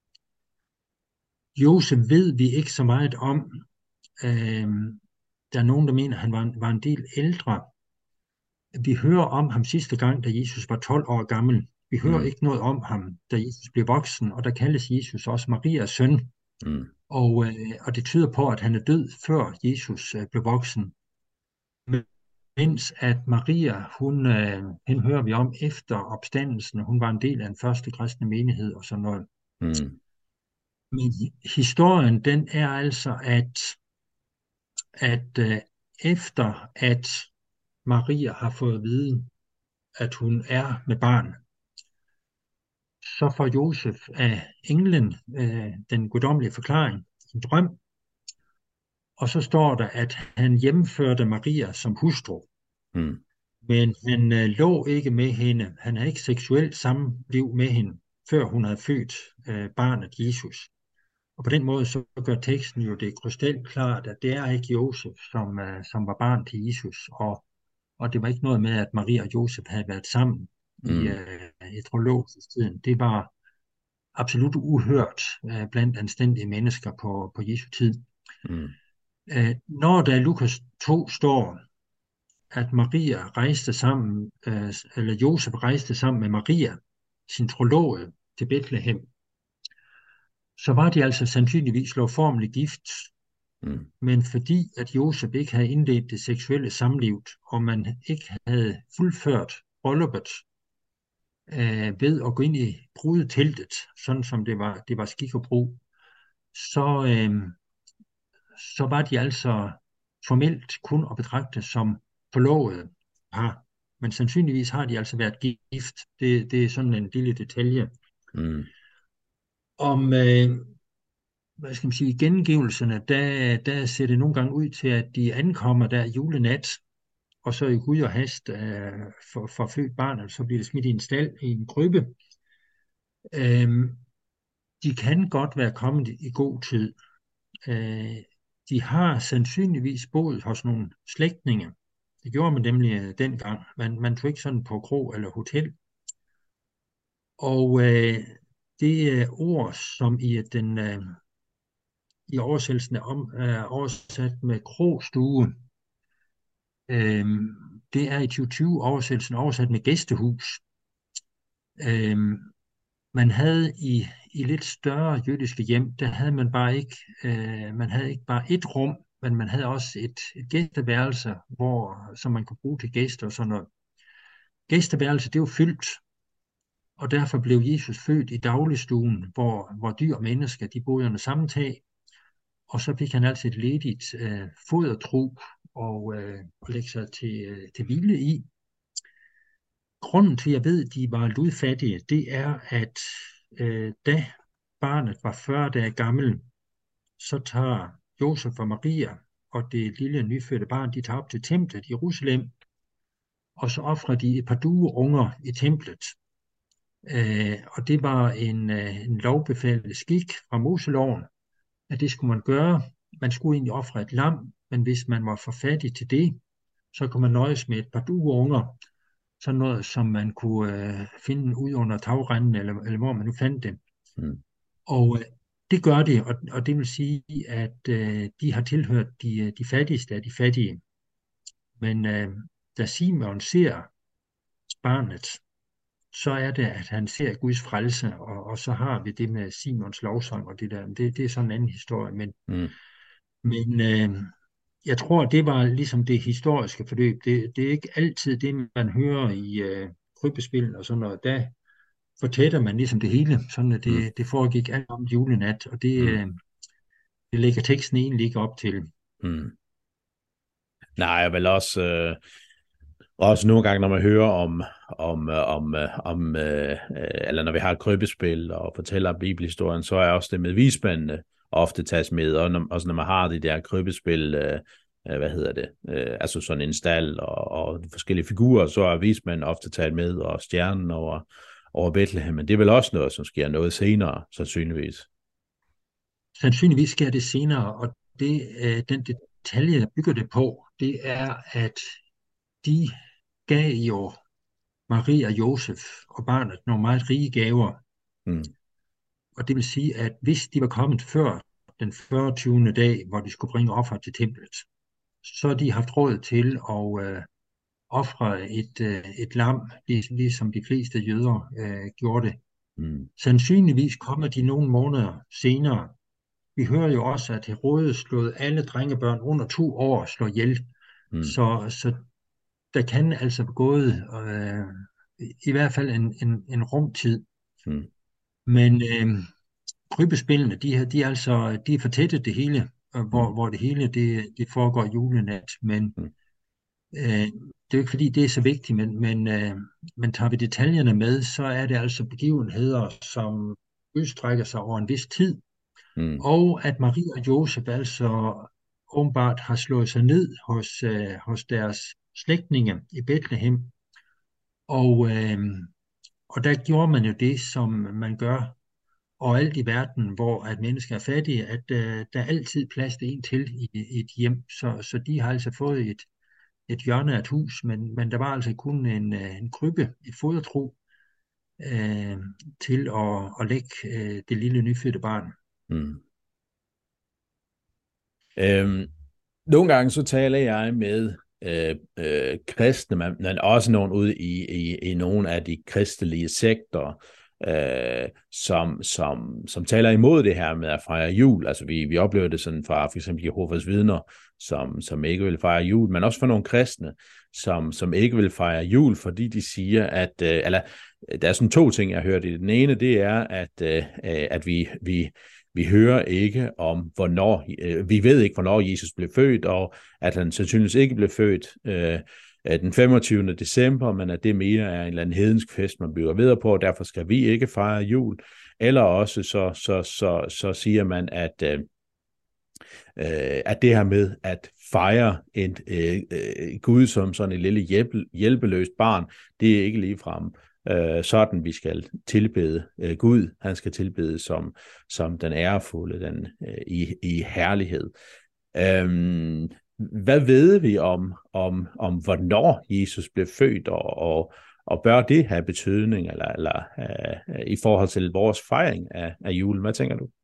Josef ved vi ikke så meget om. Øh, der er nogen, der mener, at han var, var en del ældre. Vi hører om ham sidste gang, da Jesus var tolv år gammel. Vi hører Mm. ikke noget om ham, da Jesus blev voksen, og der kaldes Jesus også Marias søn. Mm. Og, øh, og det tyder på, at han er død, før Jesus øh, blev voksen. Mens at Maria, hun, øh, hende hører vi om efter opstandelsen. Hun var en del af den første kristne menighed og sådan noget. Mm. Men historien, den er altså, at, at øh, efter at Maria har fået at vide, at hun er med barn, så får Josef af englen øh, den guddommelige forklaring, en drøm, og så står der, at han hjemførte Maria som hustru, Mm. men han øh, lå ikke med hende, han havde ikke seksuelt samliv med hende, før hun havde født øh, barnet Jesus. Og på den måde så gør teksten jo det krystalklart, at det er ikke Josef, som, øh, som var barn til Jesus, og, og det var ikke noget med, at Maria og Josef havde været sammen i, Mm. øh, i trologelsestiden. Det var absolut uhørt øh, blandt anstændige mennesker på, på Jesu tid. Mm. Øh, når der i Lukas to står, at Maria rejste sammen, øh, eller Josef rejste sammen med Maria, sin trologede, til Bethlehem, så var de altså sandsynligvis lovformeligt gift, Mm. men fordi at Josef ikke havde indledt det seksuelle samliv, og man ikke havde fuldført brylluppet øh, ved at gå ind i brudeteltet, sådan som det var, det var skik og brug, så, øh, så var de altså formelt kun at betragte som forlovede par. men sandsynligvis har de altså været gift. Det, det er sådan en lille detalje. Mm. Om, øh, hvad skal man sige, gengivelserne, der, der ser det nogle gange ud til, at de ankommer der julenat, og så i Gud og hast øh, for, for født barnet, så bliver det smidt i en stald, i en krybbe. Øh, de kan godt være kommet i god tid. Øh, de har sandsynligvis boet hos nogle slægtninge. Det gjorde man nemlig øh, dengang. Man, man tog ikke sådan på kro eller hotel. Og øh, det er ord, som i den øh, i oversættelsen er om, øh, oversat med krostue. Øh, det er i tyve tyve oversættelsen oversat med gæstehus. Øh, man havde i, i lidt større jødiske hjem, der havde man bare ikke, øh, man havde ikke bare et rum, men man havde også et, et gæsteværelse, hvor, som man kunne bruge til gæster og sådan noget. Gæsteværelse, det var fyldt, og derfor blev Jesus født i dagligstuen, hvor, hvor dyr og mennesker, de boede under samme tag, og så fik han altså et ledigt øh, fodertrug og, øh, og lægge sig til, øh, til hvile i. Grunden til, at jeg ved, at de var ludfattige, det er, at øh, da barnet var fyrre dage gammel, så tager Josef og Maria og det lille nyfødte barn, de tager op til templet i Jerusalem, og så offrer de et par dueunger i templet. Øh, og det var en, øh, en lovbefalet skik fra Moseloven, at det skulle man gøre. Man skulle egentlig ofre et lam, men hvis man var for fattig til det, så kunne man nøjes med et par dueunger, sådan noget, som man kunne øh, finde ud under tagrenden, eller, eller hvor man nu fandt det. Mm. Og øh, det gør det, og, og det vil sige, at øh, de har tilhørt de, de fattigste af de fattige. Men øh, da Simeon ser barnet, så er det, at han ser Guds frelse, og, og så har vi det med Simeons lovsang og det der. Det, det er sådan en anden historie, men, Mm. men øh, jeg tror, det var ligesom det historiske forløb. Det, det er ikke altid det, man hører i øh, krybbespil og sådan noget. Der fortætter man ligesom det hele, sådan at det, Mm. det foregik alt om julenat, og det, Mm. øh, det lægger teksten egentlig ikke op til. Mm. Nej, jeg vil også, øh, også nogle gange, når man hører om, om, øh, om, øh, om øh, eller når vi har krybbespil og fortæller bibelhistorien, så er også det med vismændene ofte tages med, og når, også når man har de der krybbespil, øh, øh, hvad hedder det, øh, altså sådan en stald og, og forskellige figurer, så er vismændene ofte taget med, og stjernen over, over Bethlehem, men det er vel også noget, som sker noget senere, sandsynligvis. Sandsynligvis sker det senere, og det, øh, den detalje, der bygger det på, det er, at de gav jo Maria og Josef og barnet nogle meget rige gaver. Mm. Og det vil sige, at hvis de var kommet før den fyrretyvende dag, hvor de skulle bringe offer til templet, så har de haft råd til at øh, ofre et, øh, et lam, ligesom de fleste jøder øh, gjorde det. Mm. Sandsynligvis kommer de nogle måneder senere. Vi hører jo også, at Herodes slog alle drengebørn under to år slå ihjel. Mm. Så, så der kan altså gået øh, i hvert fald en, en, en rumtid. Mm. Men øh, krybbespillene, de, de, er altså, de er fortættet det hele, hvor, Mm. hvor det hele det, det foregår julenat. Men Mm. øh, det er jo ikke fordi, det er så vigtigt, men, men, øh, men tager vi detaljerne med, så er det altså begivenheder, som udstrækker sig over en vis tid. Mm. Og at Maria og Josef altså åbenbart har slået sig ned hos, øh, hos deres slægtninge i Bethlehem. Og, øh, og der gjorde man jo det, som man gør overalt i verden, hvor at mennesker er fattige, at øh, der er altid plads til en til i, i et hjem. Så, så de har altså fået et, et hjørne af et hus, men, men der var altså kun en, en krybbe, et fodertrug, øh, til at, at lægge øh, det lille nyfødte barn. Mm. Øhm, nogle gange så taler jeg med øh, øh, kristne, men, men også nogen ude i, i, i nogle af de kristelige sekter, øh, som, som, som taler imod det her med at fejre jul. Altså vi, vi oplever det sådan fra for eksempel Jehovas vidner, som, som ikke vil fejre jul, men også for nogle kristne, som, som ikke vil fejre jul, fordi de siger, at øh, eller, der er sådan to ting, jeg har hørt i. Den ene, det er, at, øh, at vi, vi Vi hører ikke om, hvornår, øh, vi ved ikke, hvornår Jesus blev født, og at han sandsynligvis ikke blev født, øh, øh, den femogtyvende december, men at det mere er en eller anden hedensk fest, man bygger videre på, og derfor skal vi ikke fejre jul. Eller også så, så, så, så siger man, at, øh, at det her med at fejre en øh, øh, Gud som sådan et lille hjælpe, hjælpeløst barn, det er ikke ligefrem øh, sådan, vi skal tilbede øh, Gud. Han skal tilbede som, som den ærefulde, den øh, i, i herlighed. Øhm, hvad ved vi om, om, om hvornår Jesus blev født, og, og, og bør det have betydning eller, eller øh, i forhold til vores fejring af, af julen? Hvad tænker du?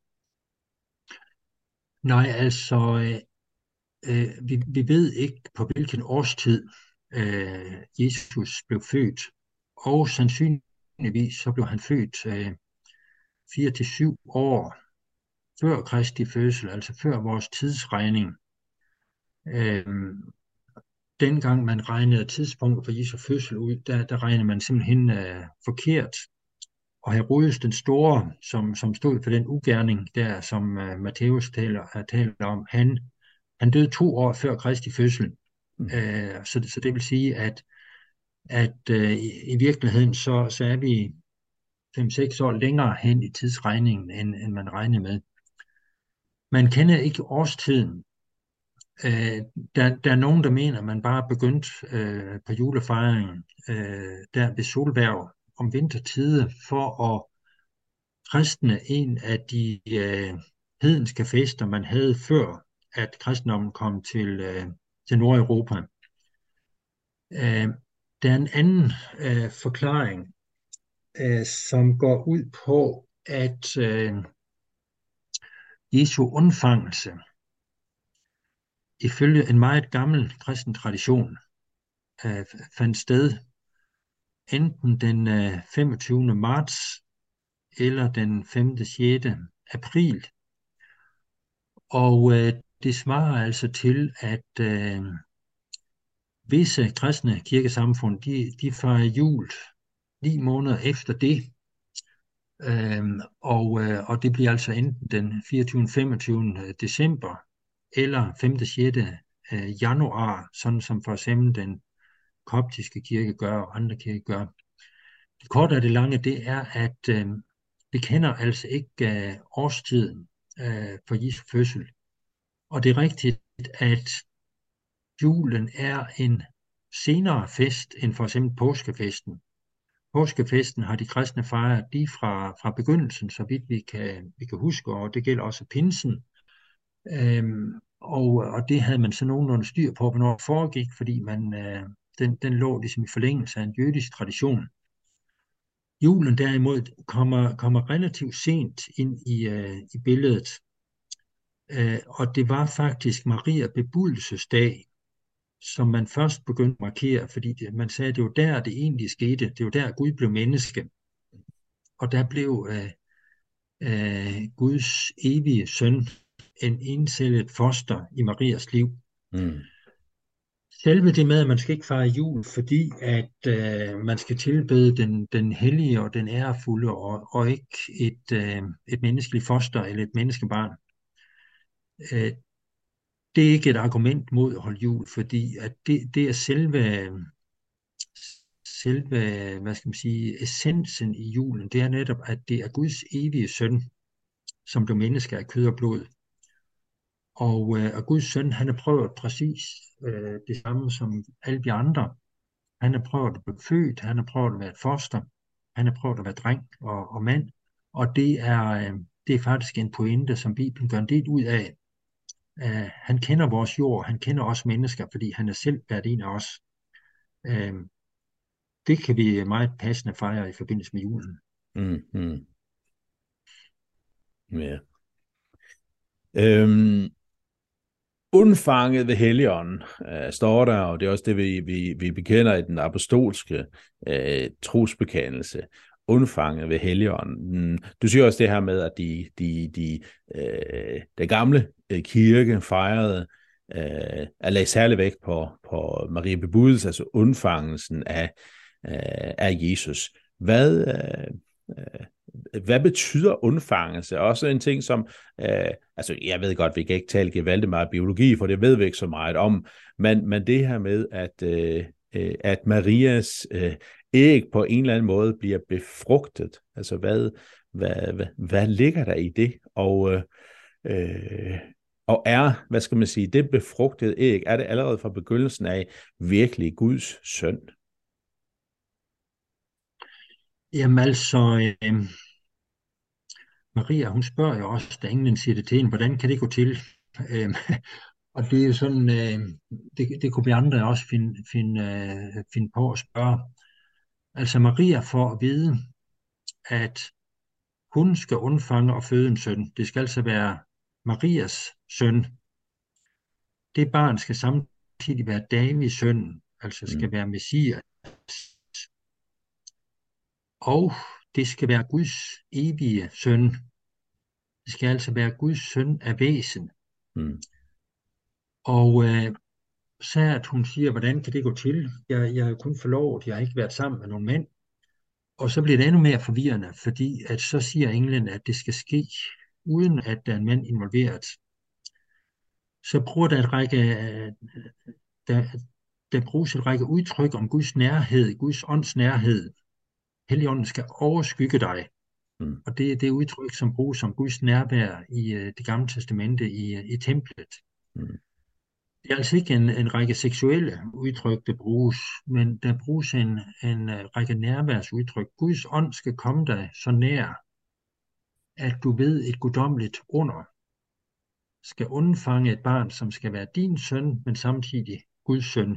Nej, altså, øh, vi, vi ved ikke på hvilken årstid øh, Jesus blev født, og sandsynligvis så blev han født øh, fire til syv år før Kristi fødsel, altså før vores tidsregning. Øh, dengang man regnede tidspunktet for Jesu fødsel ud, der, der regnede man simpelthen øh, forkert. Og Herodes den Store, som, som stod for den ugerning der, som uh, Matthæus taler, taler om, han, han døde to år før Kristi fødsel. Mm. Uh, så, så det vil sige, at, at uh, i, i virkeligheden, så, så er vi fem seks år længere hen i tidsregningen, end, end man regnede med. Man kender ikke årstiden. Uh, der, der er nogen, der mener, at man bare begyndt uh, på julefejringen uh, der ved solværv om vintertide for at kristne en af de øh, hedenske fester, man havde før, at kristendommen kom til, øh, til Nordeuropa. Øh, der er en anden øh, forklaring, øh, som går ud på, at øh, Jesu undfangelse, ifølge en meget gammel kristen tradition, øh, fandt sted enten den øh, femogtyvende marts eller den femte til sjette april. Og øh, det svarer altså til, at øh, visse kristne kirkesamfund, de, de fejrer jul ni måneder efter det. Øhm, og, øh, og det bliver altså enten den fireogtyvende til femogtyvende december eller femte til sjette øh, januar, sådan som for eksempel den koptiske kirke gør og andre kirker gør. Det korte af det lange, det er, at øh, vi kender altså ikke øh, årstiden øh, for Jesu fødsel. Og det er rigtigt, at julen er en senere fest end for eksempel påskefesten. Påskefesten har de kristne fejret lige fra, fra begyndelsen, så vidt vi kan, vi kan huske, og det gælder også pinsen. Øhm, og, og det havde man så nogenlunde styr på, hvornår det foregik, fordi man, øh, den, den lå ligesom i forlængelse af en jødisk tradition. Julen derimod kommer, kommer relativt sent ind i, øh, i billedet, øh, og det var faktisk Maria bebudelsesdag, som man først begyndte at markere, fordi det, man sagde, at det var der, det egentlig skete. Det var der, Gud blev menneske. Og der blev øh, øh, Guds evige søn en encellet foster i Marias liv. Mm. Selve det med, at man skal ikke fejre jul, fordi at øh, man skal tilbede den, den hellige og den ærefulde, og, og ikke et, øh, et menneskeligt foster eller et menneskebarn. Øh, Det er ikke et argument mod at holde jul, fordi at det, det er selve, selve, hvad skal man sige, essensen i julen. Det er netop, at det er Guds evige søn, som blev menneske af kød og blod. Og, øh, og Guds søn, han har prøvet præcis øh, det samme som alle de andre. Han har prøvet at blive født, han har prøvet at være et foster, han har prøvet at være dreng og, og mand. Og det er, øh, det er faktisk en pointe, som Bibelen gør en del ud af. Uh, han kender vores jord, han kender os mennesker, fordi han er selv været en af os. Uh, det kan vi meget passende fejre i forbindelse med julen. Mm-hmm. Ja. Øhm, undfanget ved Helligånden øh, står der, og det er også det, vi, vi, vi bekender i den apostolske øh, trosbekendelse. Undfanget ved Helligånden. Du siger også det her med, at de, de, de, øh, den gamle øh, kirke fejrede øh, at lagde særlig vægt på, på Maria bebudelse, altså undfangelsen af, øh, af Jesus. Hvad, øh, hvad betyder undfangelse? Også en ting som, øh, altså jeg ved godt, vi kan ikke tale gevaldigt meget biologi, for det ved vi ikke så meget om, men, men det her med, at, øh, at Marias øh, æg på en eller anden måde bliver befrugtet, altså hvad, hvad, hvad, hvad ligger der i det? Og, øh, øh, og er, hvad skal man sige, det befrugtede æg, er det allerede fra begyndelsen af virkelig Guds søn? Jamen altså, øh, Maria, hun spørger jo også, da englen siger det til hende, hvordan kan det gå til? Øh, og det er jo sådan, øh, det, det kunne vi andre også finde, finde, øh, finde på at spørge. Altså Maria får at vide, at hun skal undfange og føde en søn. Det skal altså være Marias søn. Det barn skal samtidig være Davids søn, altså skal Mm, være Messias. Og det skal være Guds evige søn. Det skal altså være Guds søn af væsen. mm, Og øh, så er at hun siger, hvordan kan det gå til? Jeg, jeg er jo kun forlovet, jeg har ikke været sammen med nogen mænd. Og så bliver det endnu mere forvirrende, fordi at så siger englen, at det skal ske, uden at der er en mand involveret. Så bruger der en række, øh, der, der bruges en række udtryk om Guds nærhed, Guds ånds nærhed. Helligånden skal overskygge dig. mm, Og det er det udtryk, som bruges om Guds nærvær i uh, det gamle testamente i, uh, i templet. mm, Det er altså ikke en, en række seksuelle udtryk, der bruges, men der bruges en, en uh, række nærværsudtryk. Guds ånd skal komme dig så nær, at du ved et guddommeligt under skal undfange et barn, som skal være din søn, men samtidig Guds søn.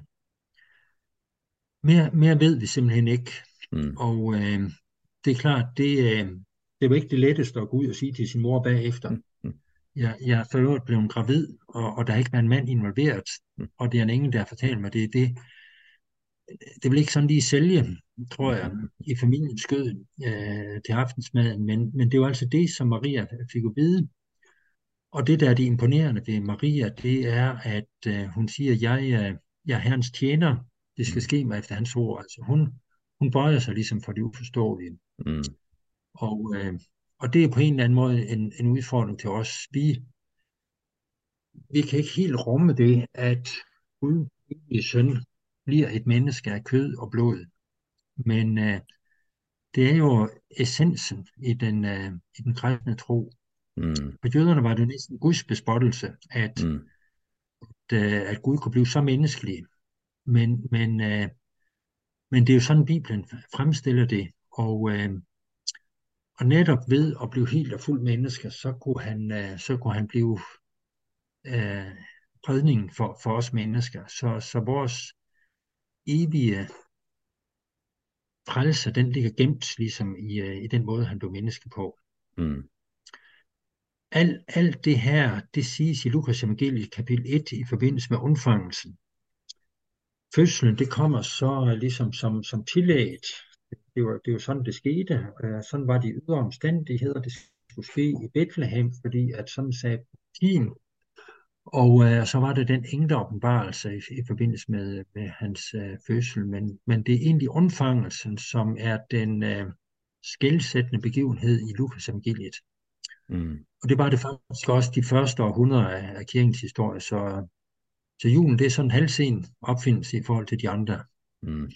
Mere, mere ved vi simpelthen ikke. mm, Og øh, det er klart, det, øh, det var ikke det letteste at gå ud og sige til sin mor bagefter. mm, mm, Jeg, jeg er for øvrigt blevet gravid, og, og der er ikke været en mand involveret, mm, og det er en engel, der har fortalt mig det. Det, det vil ikke sådan lige sælge, tror jeg, mm, i familiens skød øh, til aftensmaden, men, men det var altså det, som Maria fik at vide. Og det, der er det imponerende ved Maria, det er, at øh, hun siger, jeg, øh, jeg er Herrens tjener, det skal mm, ske mig efter hans ord. Altså hun, hun bøjer sig ligesom for det uforståelige. mm, Og, øh, og det er på en eller anden måde en, en udfordring til os. Vi, vi kan ikke helt rumme det, at Gud, Guds søn, bliver et menneske af kød og blod. Men øh, det er jo essensen i den, øh, i den kristne tro. mm, For jøderne var det jo næsten Guds bespottelse, at, mm, øh, at Gud kunne blive så menneskelig. Men, men, øh, men det er jo sådan, Bibelen fremstiller det. Og, øh, og netop ved at blive helt og fuld menneske, så kunne han, øh, så kunne han blive øh, redningen for, for os mennesker. Så, så vores evige frelse, den ligger gemt ligesom i, øh, i den måde, han blev menneske på. mm, Alt, alt det her, det siges i Lukas evangeliet kapitel et i forbindelse med undfangelsen. Fødslen, det kommer så ligesom som, som tillæg. Det var, det var sådan, det skete. Uh, sådan var de ydre omstændigheder. Det skulle ske i Bethlehem, fordi at sådan sagde profetien. Og uh, så var det den engle-åbenbarelse i, i forbindelse med, med hans uh, fødsel. Men, men det er egentlig undfangelsen, som er den uh, skelsættende begivenhed i Lukas evangeliet. mm. Og det var det faktisk også de første århundreder af, af kirkens historie. Så, så julen, det er sådan en halvsen opfindelse i forhold til de andre. Mm.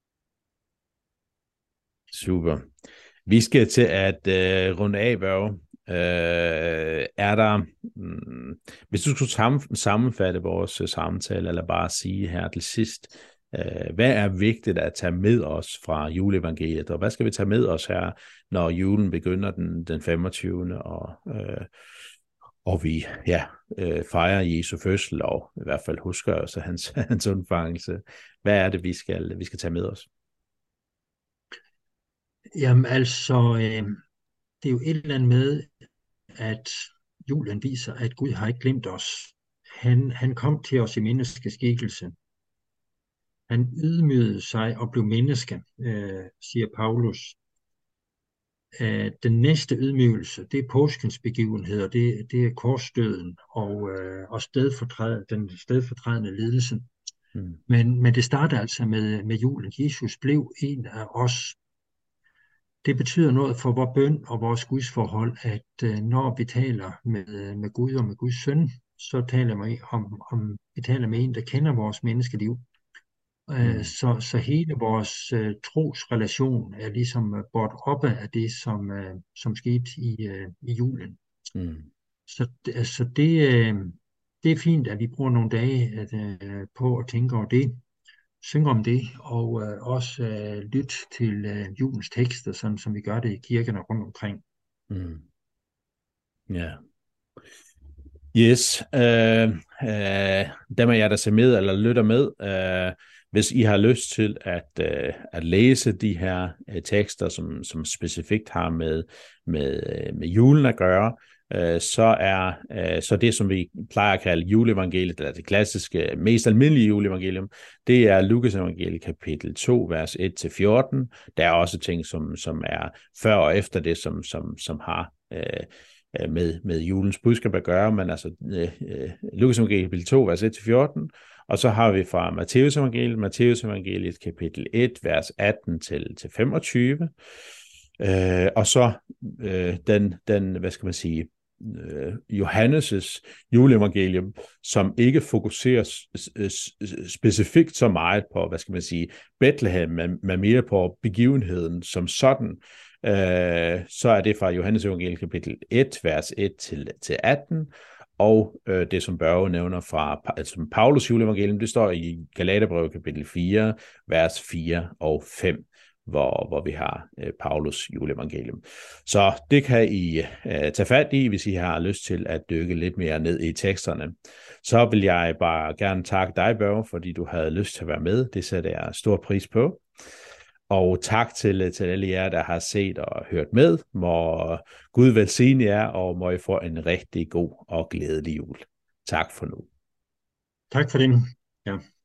Super. Vi skal til at øh, runde af, Børge. Øh, er der, mm, hvis du skulle sam- sammenfatte vores øh, samtale, eller bare sige her til sidst, øh, hvad er vigtigt at tage med os fra juleevangeliet, og hvad skal vi tage med os her, når julen begynder den, den femogtyvende og, øh, og vi ja, øh, fejrer Jesu fødsel, og i hvert fald husker os af hans, hans undfangelse. Hvad er det, vi skal, vi skal tage med os? Jamen altså, øh, det er jo et eller andet med, at julen viser, at Gud har ikke glemt os. Han, han kom til os i menneskeskikkelse. Han ydmygede sig og blev menneske, øh, siger Paulus. Øh, den næste ydmygelse, det er påskens begivenhed, og det, det er korsdøden og, øh, og stedfortræd, den stedfortrædende lidelse. Mm. Men, men det starter altså med, med julen. Jesus blev en af os. det betyder noget for vores bøn og vores gudsforhold, at øh, når vi taler med, med Gud og med Guds søn, så taler vi om, om, vi taler med en, der kender vores menneskeliv. Øh, Mm. så, så hele vores øh, trosrelation er ligesom øh, båret oppe af det, som, øh, som skete i, øh, i julen. Mm. Så, det- altså det, øh, det er fint, at vi bruger nogle dage at, øh, på at tænke over det, synge om det, og øh, også øh, lytte til øh, julens tekster, sådan som vi gør det i kirkerne rundt omkring. Mm. Ja. Yes. Øh, øh, dem af jer, der ser med eller lytter med, øh, hvis I har lyst til at, øh, at læse de her øh, tekster, som, som specifikt har med, med, øh, med julen at gøre, øh, så er øh, så det, som vi plejer at kalde juleevangeliet, eller det klassiske, mest almindelige juleevangelium, det er Lukas evangeliet kapitel to, vers et til fjorten. Der er også ting, som, som er før og efter det, som, som, som har øh, med, med julens budskab at gøre, men altså øh, øh, Lukas evangeliet kapitel to, vers et til fjorten, og så har vi fra Matteus evangeliet, Matteus evangeliet kapitel et, vers atten til femogtyve, øh, og så øh, den, den, hvad skal man sige, øh, Johannes' juleevangelium, som ikke fokuserer specifikt så meget på, hvad skal man sige, Bethlehem, men, men mere på begivenheden som sådan. Øh, så er det fra Johannes evangeliet kapitel et, vers et til atten, og øh, det, som Børge nævner fra altså Paulus juleevangelium, det står i Galaterbrevet kapitel fire, vers fire og fem, hvor, hvor vi har øh, Paulus juleevangelium. Så det kan I øh, tage fat i, hvis I har lyst til at dykke lidt mere ned i teksterne. Så vil jeg bare gerne takke dig, Børge, fordi du havde lyst til at være med. Det sætter jeg stor pris på. Og tak til, til alle jer, der har set og hørt med. Må Gud velsigne jer, og må I få en rigtig god og glædelig jul. Tak for nu. Tak for det. Ja.